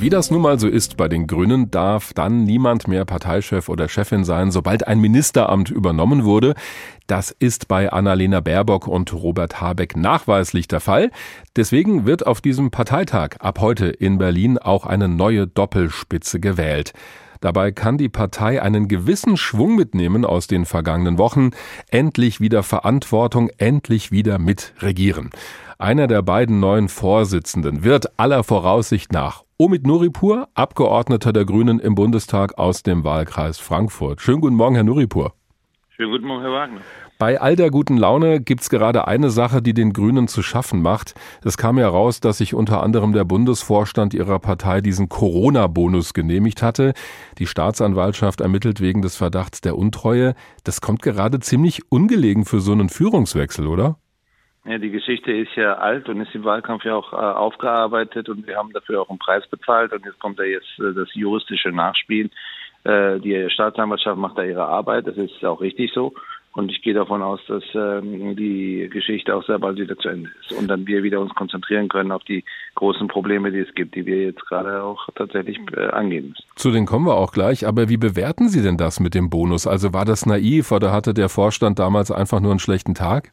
Wie das nun mal so ist bei den Grünen, darf dann niemand mehr Parteichef oder Chefin sein, sobald ein Ministeramt übernommen wurde. Das ist bei Annalena Baerbock und Robert Habeck nachweislich der Fall. Deswegen wird auf diesem Parteitag ab heute in Berlin auch eine neue Doppelspitze gewählt. Dabei kann die Partei einen gewissen Schwung mitnehmen aus den vergangenen Wochen. Endlich wieder Verantwortung, endlich wieder mitregieren. Einer der beiden neuen Vorsitzenden wird aller Voraussicht nach Omid Nuripur, Abgeordneter der Grünen im Bundestag aus dem Wahlkreis Frankfurt. Schönen guten Morgen, Herr Nuripur. Schönen guten Morgen, Herr Wagner. Bei all der guten Laune gibt's gerade eine Sache, die den Grünen zu schaffen macht. Es kam ja raus, dass sich unter anderem der Bundesvorstand ihrer Partei diesen Corona-Bonus genehmigt hatte. Die Staatsanwaltschaft ermittelt wegen des Verdachts der Untreue. Das kommt gerade ziemlich ungelegen für so einen Führungswechsel, oder? Ja, die Geschichte ist ja alt und ist im Wahlkampf ja auch aufgearbeitet und wir haben dafür auch einen Preis bezahlt und jetzt kommt da das juristische Nachspiel. Die Staatsanwaltschaft macht da ihre Arbeit, das ist auch richtig so und ich gehe davon aus, dass die Geschichte auch sehr bald wieder zu Ende ist und dann wir wieder uns konzentrieren können auf die großen Probleme, die es gibt, die wir jetzt gerade auch tatsächlich angehen müssen. Zu denen kommen wir auch gleich, aber wie bewerten Sie denn das mit dem Bonus? Also war das naiv oder hatte der Vorstand damals einfach nur einen schlechten Tag?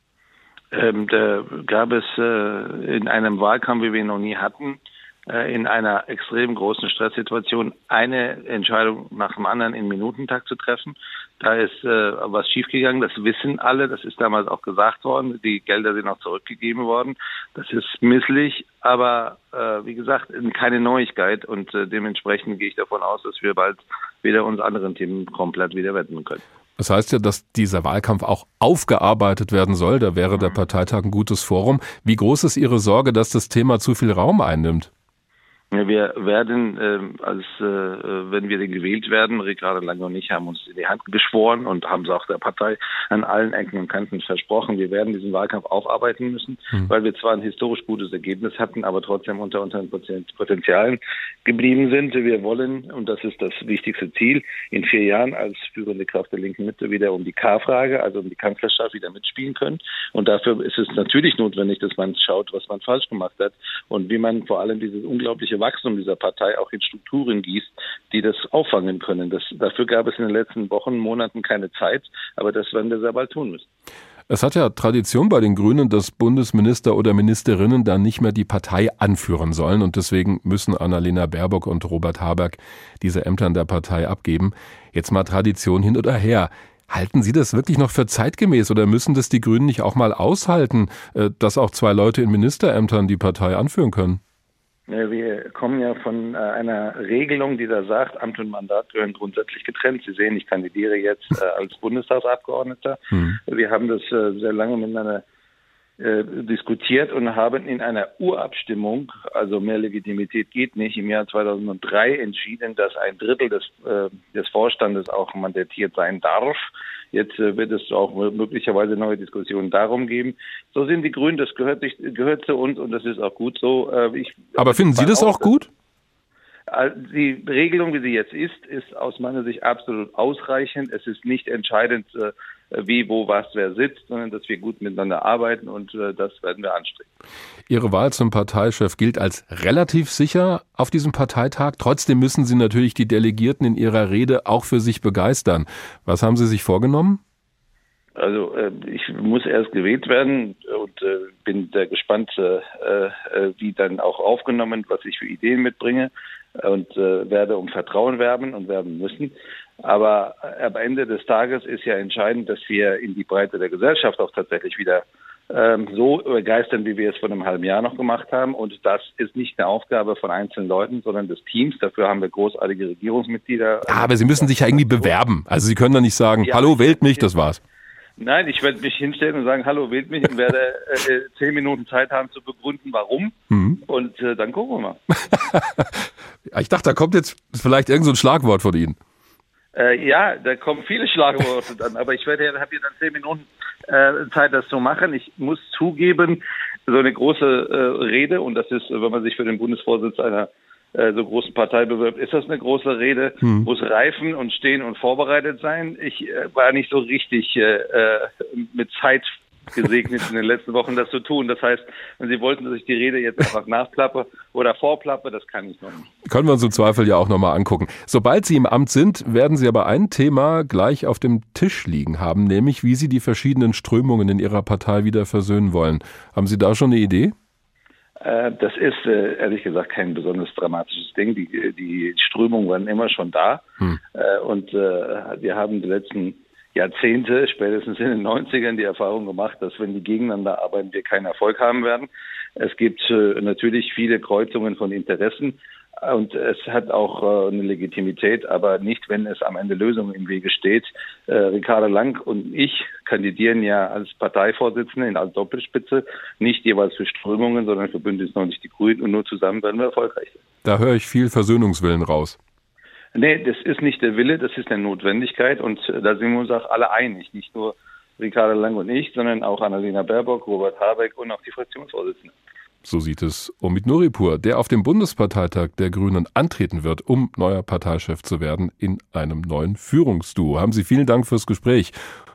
Da gab es in einem Wahlkampf, wie wir ihn noch nie hatten, in einer extrem großen Stresssituation eine Entscheidung nach dem anderen in Minutentakt zu treffen. Da ist was schiefgegangen, das wissen alle, das ist damals auch gesagt worden, die Gelder sind auch zurückgegeben worden. Das ist misslich, aber wie gesagt, keine Neuigkeit und dementsprechend gehe ich davon aus, dass wir bald wieder uns anderen Themen komplett wieder widmen können. Das heißt ja, dass dieser Wahlkampf auch aufgearbeitet werden soll. Da wäre der Parteitag ein gutes Forum. Wie groß ist Ihre Sorge, dass das Thema zu viel Raum einnimmt? Ja, wir werden, wenn wir gewählt werden, Ricardo Lange und ich haben uns in die Hand geschworen und haben es auch der Partei an allen Ecken und Kanten versprochen. Wir werden diesen Wahlkampf aufarbeiten müssen, weil wir zwar ein historisch gutes Ergebnis hatten, aber trotzdem unter unseren Potenzialen geblieben sind. Wir wollen, und das ist das wichtigste Ziel, in 4 Jahren als führende Kraft der linken Mitte wieder um die K-Frage, also um die Kanzlerschaft wieder mitspielen können. Und dafür ist es natürlich notwendig, dass man schaut, was man falsch gemacht hat und wie man vor allem dieses unglaubliche Wachstum dieser Partei auch in Strukturen gießt, die das auffangen können. Dafür gab es in den letzten Wochen, Monaten keine Zeit, aber das werden wir sehr bald tun müssen. Es hat ja Tradition bei den Grünen, dass Bundesminister oder Ministerinnen dann nicht mehr die Partei anführen sollen und deswegen müssen Annalena Baerbock und Robert Habeck diese Ämter in der Partei abgeben. Jetzt mal Tradition hin oder her. Halten Sie das wirklich noch für zeitgemäß oder müssen das die Grünen nicht auch mal aushalten, dass auch 2 Leute in Ministerämtern die Partei anführen können? Wir kommen ja von einer Regelung, die da sagt, Amt und Mandat gehören grundsätzlich getrennt. Sie sehen, ich kandidiere jetzt als Bundestagsabgeordneter. Wir haben das sehr lange miteinander diskutiert und haben in einer Urabstimmung, also mehr Legitimität geht nicht, im Jahr 2003 entschieden, dass ein Drittel des Vorstandes auch mandatiert sein darf. Jetzt wird es auch möglicherweise neue Diskussionen darum geben. So sind die Grünen, das gehört zu uns und das ist auch gut so. Aber finden Sie das auch gut? Die Regelung, wie sie jetzt ist aus meiner Sicht absolut ausreichend. Es ist nicht entscheidend, wie, wo, was, wer sitzt, sondern dass wir gut miteinander arbeiten und das werden wir anstreben. Ihre Wahl zum Parteichef gilt als relativ sicher auf diesem Parteitag. Trotzdem müssen Sie natürlich die Delegierten in Ihrer Rede auch für sich begeistern. Was haben Sie sich vorgenommen? Also ich muss erst gewählt werden und bin sehr gespannt, wie dann auch aufgenommen, was ich für Ideen mitbringe und werde um Vertrauen werben und werben müssen. Aber am Ende des Tages ist ja entscheidend, dass wir in die Breite der Gesellschaft auch tatsächlich wieder so begeistern, wie wir es vor einem halben Jahr noch gemacht haben. Und das ist nicht eine Aufgabe von einzelnen Leuten, sondern des Teams. Dafür haben wir großartige Regierungsmitglieder. Ja, aber Sie müssen sich ja irgendwie bewerben. Also Sie können doch nicht sagen, ja, hallo, wählt mich, das war's. Nein, ich werde mich hinstellen und sagen, hallo, wählt mich und werde 10 Minuten Zeit haben zu begründen, warum. Und dann gucken wir mal. Ich dachte, da kommt jetzt vielleicht irgend so ein Schlagwort von Ihnen. Ja, da kommen viele Schlagworte dann, aber ich habe hier dann 10 Minuten Zeit, das zu machen. Ich muss zugeben, so eine große Rede, und das ist, wenn man sich für den Bundesvorsitz einer so großen Partei bewirbt, ist das eine große Rede, muss reifen und stehen und vorbereitet sein. Ich war nicht so richtig mit Zeit gesegnet in den letzten Wochen, das zu tun. Das heißt, wenn Sie wollten, dass ich die Rede jetzt einfach nachplappe oder vorplappe, das kann ich noch nicht. Können wir uns im Zweifel ja auch nochmal angucken. Sobald Sie im Amt sind, werden Sie aber ein Thema gleich auf dem Tisch liegen haben, nämlich wie Sie die verschiedenen Strömungen in Ihrer Partei wieder versöhnen wollen. Haben Sie da schon eine Idee? Das ist ehrlich gesagt kein besonders dramatisches Ding. Die Strömungen waren immer schon da. Und wir haben die letzten Jahrzehnte, spätestens in den 90ern, die Erfahrung gemacht, dass wenn die gegeneinander arbeiten, wir keinen Erfolg haben werden. Es gibt natürlich viele Kreuzungen von Interessen und es hat auch eine Legitimität, aber nicht, wenn es am Ende Lösungen im Wege steht. Ricarda Lang und ich kandidieren ja als Parteivorsitzende in als Doppelspitze, nicht jeweils für Strömungen, sondern für Bündnis 90 Die Grünen und nur zusammen werden wir erfolgreich sein. Da höre ich viel Versöhnungswillen raus. Nee, das ist nicht der Wille, das ist eine Notwendigkeit und da sind wir uns auch alle einig. Nicht nur Ricarda Lang und ich, sondern auch Annalena Baerbock, Robert Habeck und auch die Fraktionsvorsitzenden. So sieht es Omid Nuripur, der auf dem Bundesparteitag der Grünen antreten wird, um neuer Parteichef zu werden in einem neuen Führungsduo. Haben Sie vielen Dank fürs Gespräch.